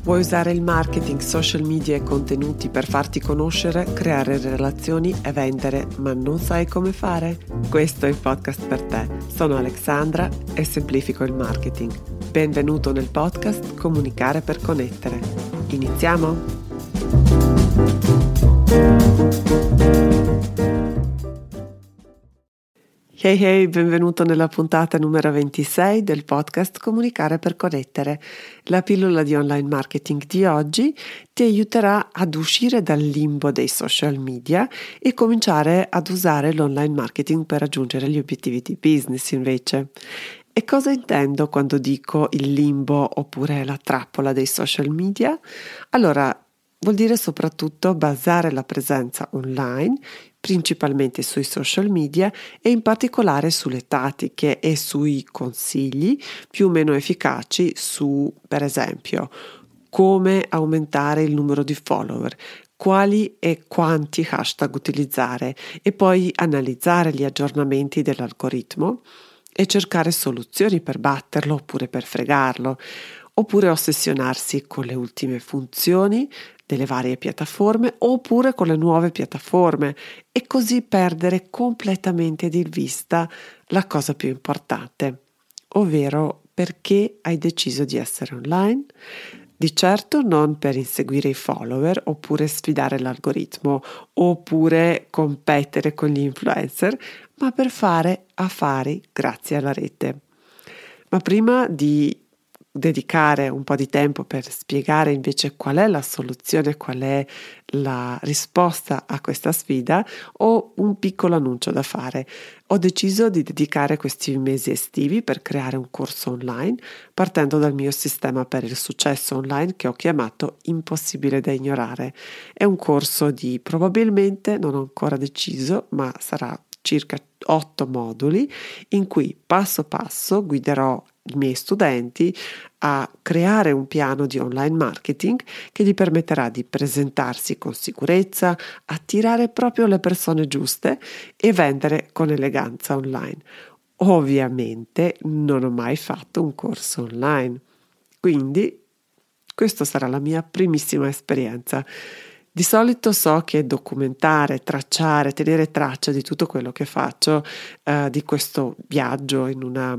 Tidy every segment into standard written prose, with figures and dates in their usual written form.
Vuoi usare il marketing, social media e contenuti per farti conoscere, creare relazioni e vendere, ma non sai come fare? Questo è il podcast per te. Sono Alexandra e semplifico il marketing. Benvenuto nel podcast Comunicare per connettere. Iniziamo? Hey hey, benvenuto nella puntata numero 26 del podcast Comunicare per connettere. La pillola di online marketing di oggi ti aiuterà ad uscire dal limbo dei social media e cominciare ad usare l'online marketing per raggiungere gli obiettivi di business invece. E cosa intendo quando dico il limbo oppure la trappola dei social media? Allora, vuol dire soprattutto basare la presenza online principalmente sui social media e in particolare sulle tattiche e sui consigli più o meno efficaci su, per esempio, come aumentare il numero di follower, quali e quanti hashtag utilizzare e poi analizzare gli aggiornamenti dell'algoritmo e cercare soluzioni per batterlo oppure per fregarlo, oppure ossessionarsi con le ultime funzioni delle varie piattaforme oppure con le nuove piattaforme e così perdere completamente di vista la cosa più importante, ovvero perché hai deciso di essere online. Di certo non per inseguire i follower oppure sfidare l'algoritmo oppure competere con gli influencer, ma per fare affari grazie alla rete. Ma prima di dedicare un po' di tempo per spiegare invece qual è la soluzione, qual è la risposta a questa sfida, ho un piccolo annuncio da fare. Ho deciso di dedicare questi mesi estivi per creare un corso online partendo dal mio sistema per il successo online che ho chiamato Impossibile da ignorare. È un corso di probabilmente, non ho ancora deciso, ma sarà circa 8 moduli in cui passo passo guiderò i miei studenti a creare un piano di online marketing che gli permetterà di presentarsi con sicurezza, attirare proprio le persone giuste e vendere con eleganza online. Ovviamente non ho mai fatto un corso online, quindi questa sarà la mia primissima esperienza. Di solito so che documentare, tracciare, tenere traccia di tutto quello che faccio, di questo viaggio in una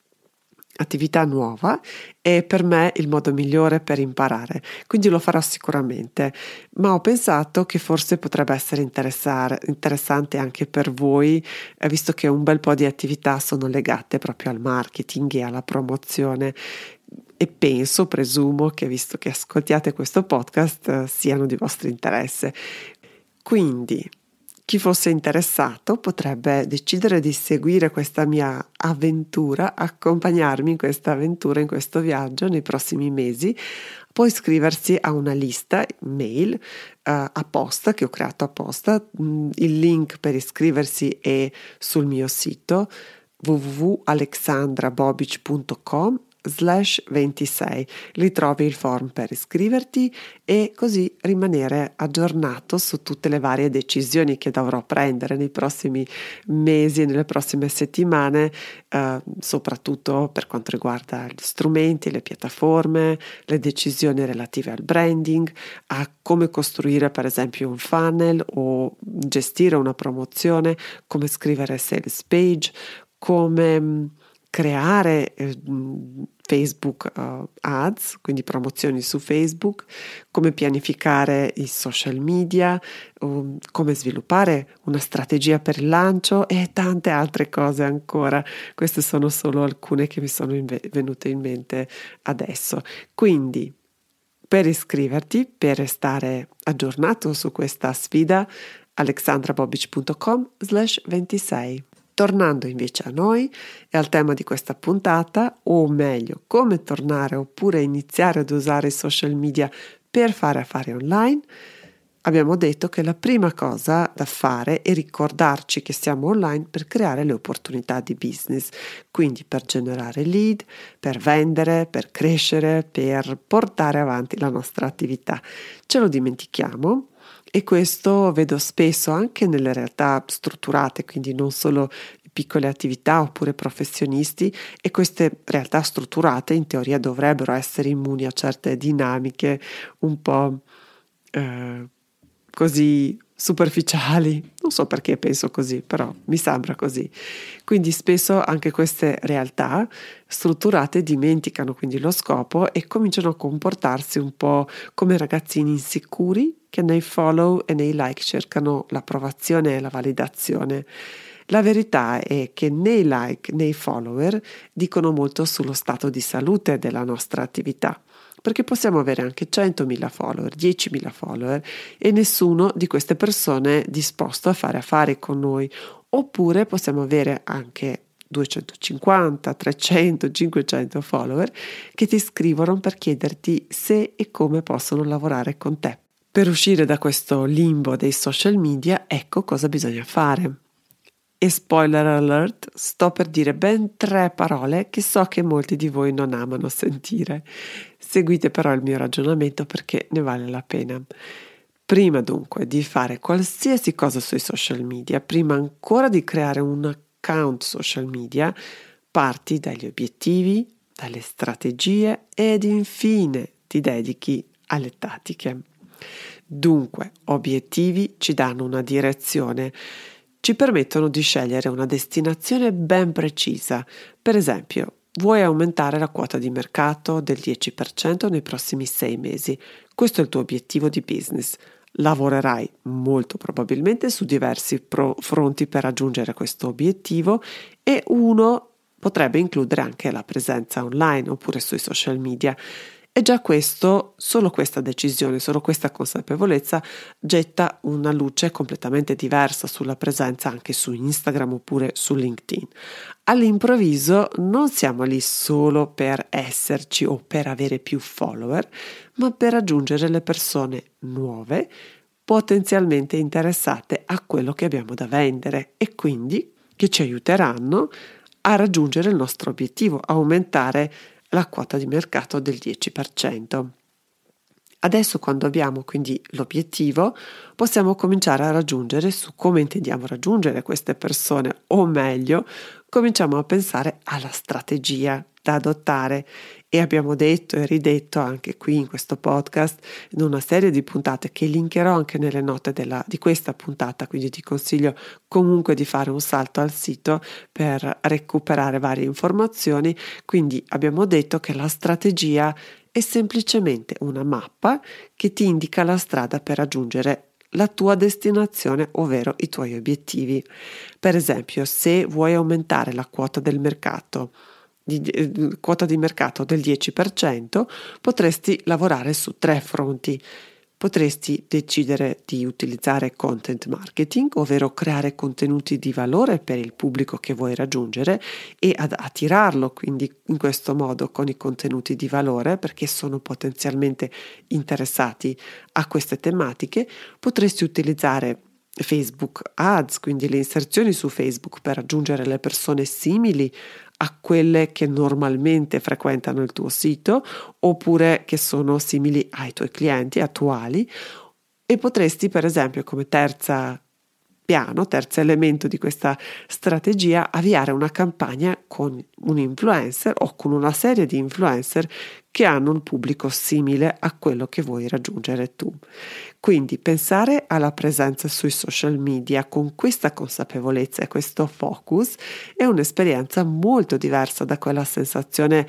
attività nuova è per me il modo migliore per imparare, quindi lo farò sicuramente, ma ho pensato che forse potrebbe essere interessante anche per voi, visto che un bel po' di attività sono legate proprio al marketing e alla promozione e presumo che visto che ascoltiate questo podcast siano di vostro interesse. Quindi chi fosse interessato potrebbe decidere di seguire questa mia avventura, accompagnarmi in questa avventura, in questo viaggio nei prossimi mesi. Può iscriversi a una lista mail apposta che ho creato apposta. Il link per iscriversi è sul mio sito www.alexandrabobic.com/26. Lì trovi il form per iscriverti e così rimanere aggiornato su tutte le varie decisioni che dovrò prendere nei prossimi mesi e nelle prossime settimane, soprattutto per quanto riguarda gli strumenti, le piattaforme, le decisioni relative al branding, a come costruire per esempio un funnel o gestire una promozione, come scrivere sales page, come creare Facebook ads, quindi promozioni su Facebook, come pianificare i social media, come sviluppare una strategia per il lancio e tante altre cose ancora. Queste sono solo alcune che mi sono venute in mente adesso. Quindi, per iscriverti, per restare aggiornato su questa sfida, alexandrabobic.com/26. Tornando invece a noi e al tema di questa puntata, o meglio, come tornare oppure iniziare ad usare i social media per fare affari online, abbiamo detto che la prima cosa da fare è ricordarci che siamo online per creare le opportunità di business, quindi per generare lead, per vendere, per crescere, per portare avanti la nostra attività. Ce lo dimentichiamo. E questo vedo spesso anche nelle realtà strutturate, quindi non solo piccole attività oppure professionisti, e queste realtà strutturate in teoria dovrebbero essere immuni a certe dinamiche un po' così superficiali. Non so perché penso così, però mi sembra così. Quindi spesso anche queste realtà strutturate dimenticano quindi lo scopo e cominciano a comportarsi un po' come ragazzini insicuri che nei follow e nei like cercano l'approvazione e la validazione. La verità è che né i like né i follower dicono molto sullo stato di salute della nostra attività, perché possiamo avere anche 100.000 follower, 10.000 follower e nessuno di queste persone è disposto a fare affari con noi, oppure possiamo avere anche 250, 300, 500 follower che ti scrivono per chiederti se e come possono lavorare con te. Per uscire da questo limbo dei social media, ecco cosa bisogna fare. E spoiler alert, sto per dire ben 3 parole che so che molti di voi non amano sentire. Seguite però il mio ragionamento perché ne vale la pena. Prima dunque di fare qualsiasi cosa sui social media, prima ancora di creare un account social media, parti dagli obiettivi, dalle strategie ed infine ti dedichi alle tattiche. Dunque, obiettivi ci danno una direzione, ci permettono di scegliere una destinazione ben precisa. Per esempio, vuoi aumentare la quota di mercato del 10% nei prossimi 6 mesi. Questo è il tuo obiettivo di business. Lavorerai molto probabilmente su diversi fronti per raggiungere questo obiettivo e uno potrebbe includere anche la presenza online oppure sui social media. E già questo, solo questa decisione, solo questa consapevolezza getta una luce completamente diversa sulla presenza anche su Instagram oppure su LinkedIn. All'improvviso non siamo lì solo per esserci o per avere più follower, ma per raggiungere le persone nuove, potenzialmente interessate a quello che abbiamo da vendere e quindi che ci aiuteranno a raggiungere il nostro obiettivo, aumentare la quota di mercato del 10%. Adesso, quando abbiamo quindi l'obiettivo, possiamo cominciare a raggiungere su come intendiamo raggiungere queste persone, o meglio, cominciamo a pensare alla strategia da adottare. E abbiamo detto e ridetto anche qui in questo podcast, in una serie di puntate che linkerò anche nelle note di questa puntata, quindi ti consiglio comunque di fare un salto al sito per recuperare varie informazioni. Quindi abbiamo detto che la strategia è semplicemente una mappa che ti indica la strada per raggiungere la tua destinazione, ovvero i tuoi obiettivi. Per esempio, se vuoi aumentare la quota del mercato, quota di mercato del 10%, potresti lavorare su 3 fronti. Potresti decidere di utilizzare content marketing, ovvero creare contenuti di valore per il pubblico che vuoi raggiungere e attirarlo quindi in questo modo con i contenuti di valore perché sono potenzialmente interessati a queste tematiche. Potresti utilizzare Facebook Ads, quindi le inserzioni su Facebook per raggiungere le persone simili a quelle che normalmente frequentano il tuo sito oppure che sono simili ai tuoi clienti attuali, e potresti per esempio come terzo elemento di questa strategia avviare una campagna con un influencer o con una serie di influencer che hanno un pubblico simile a quello che vuoi raggiungere tu. Quindi pensare alla presenza sui social media con questa consapevolezza e questo focus è un'esperienza molto diversa da quella sensazione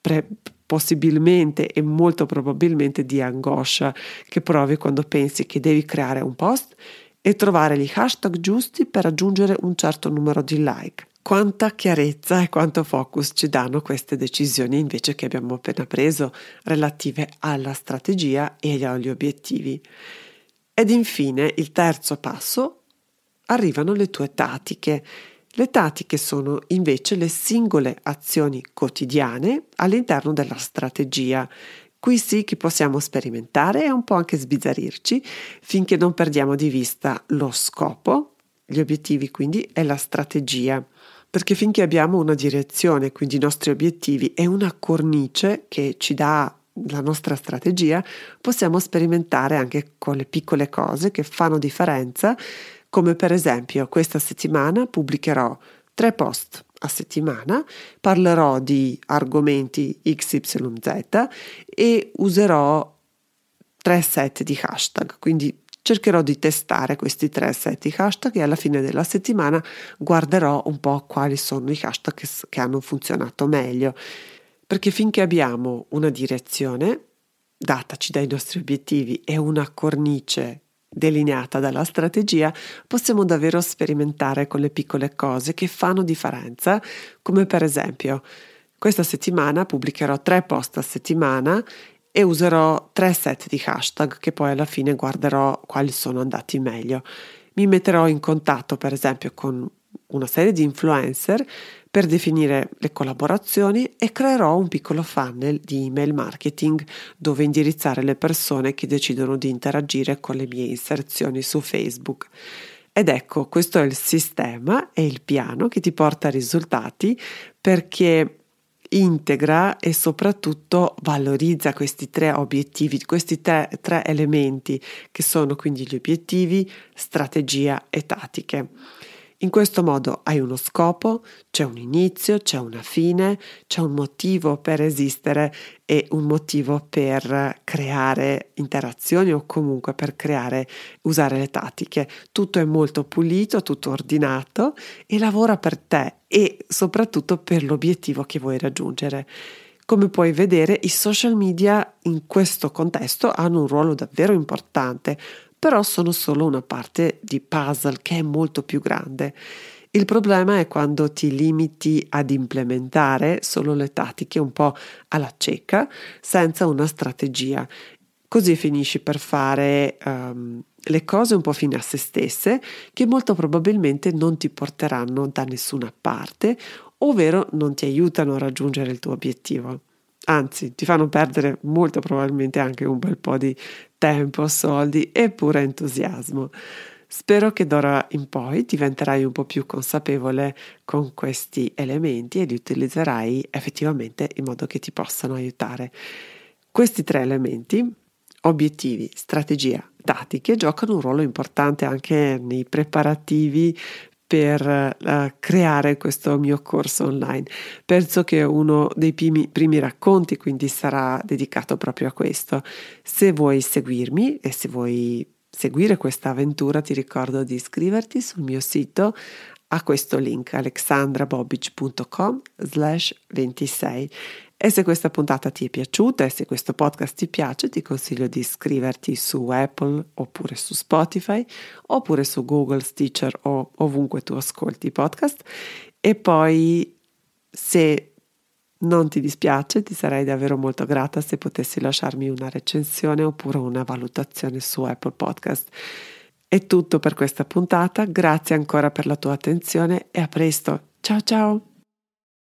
possibilmente e molto probabilmente di angoscia che provi quando pensi che devi creare un post e trovare gli hashtag giusti per raggiungere un certo numero di like. Quanta chiarezza e quanto focus ci danno queste decisioni invece che abbiamo appena preso relative alla strategia e agli obiettivi. Ed infine, il terzo passo, arrivano le tue tattiche. Le tattiche sono invece le singole azioni quotidiane all'interno della strategia. Qui sì che possiamo sperimentare e un po' anche sbizzarrirci finché non perdiamo di vista lo scopo, gli obiettivi quindi e la strategia. Perché finché abbiamo una direzione, quindi i nostri obiettivi e una cornice che ci dà la nostra strategia, possiamo sperimentare anche con le piccole cose che fanno differenza, come per esempio questa settimana pubblicherò 3 post a settimana, parlerò di argomenti XYZ e userò 3 set di hashtag, quindi cercherò di testare questi 3 set di hashtag e alla fine della settimana guarderò un po' quali sono i hashtag che hanno funzionato meglio, perché finché abbiamo una direzione dataci dai nostri obiettivi e una cornice delineata dalla strategia, possiamo davvero sperimentare con le piccole cose che fanno differenza, come per esempio questa settimana pubblicherò 3 post a settimana e userò 3 set di hashtag che poi alla fine guarderò quali sono andati meglio. Mi metterò in contatto per esempio con una serie di influencer per definire le collaborazioni e creerò un piccolo funnel di email marketing dove indirizzare le persone che decidono di interagire con le mie inserzioni su Facebook. Ed ecco, questo è il sistema e il piano che ti porta a risultati, perché integra e soprattutto valorizza questi 3 obiettivi, questi tre elementi che sono quindi gli obiettivi, strategia e tattiche. In questo modo hai uno scopo, c'è un inizio, c'è una fine, c'è un motivo per esistere e un motivo per creare interazioni o comunque per usare le tattiche. Tutto è molto pulito, tutto ordinato e lavora per te e soprattutto per l'obiettivo che vuoi raggiungere. Come puoi vedere, i social media in questo contesto hanno un ruolo davvero importante, però sono solo una parte di puzzle che è molto più grande. Il problema è quando ti limiti ad implementare solo le tattiche un po' alla cieca, senza una strategia. Così finisci per fare le cose un po' fine a se stesse, che molto probabilmente non ti porteranno da nessuna parte, ovvero non ti aiutano a raggiungere il tuo obiettivo. Anzi, ti fanno perdere molto probabilmente anche un bel po' di tempo, soldi e pure entusiasmo. Spero che d'ora in poi diventerai un po' più consapevole con questi elementi e li utilizzerai effettivamente in modo che ti possano aiutare. Questi 3 elementi, obiettivi, strategia, tattiche, giocano un ruolo importante anche nei preparativi per creare questo mio corso online. Penso che uno dei primi racconti quindi sarà dedicato proprio a questo. Se vuoi seguirmi e se vuoi seguire questa avventura, ti ricordo di iscriverti sul mio sito a questo link alexandrabobic.com/26. E se questa puntata ti è piaciuta e se questo podcast ti piace, ti consiglio di iscriverti su Apple oppure su Spotify oppure su Google, Stitcher o ovunque tu ascolti i podcast. E poi, se non ti dispiace, ti sarei davvero molto grata se potessi lasciarmi una recensione oppure una valutazione su Apple Podcast. È tutto per questa puntata, grazie ancora per la tua attenzione e a presto. Ciao ciao!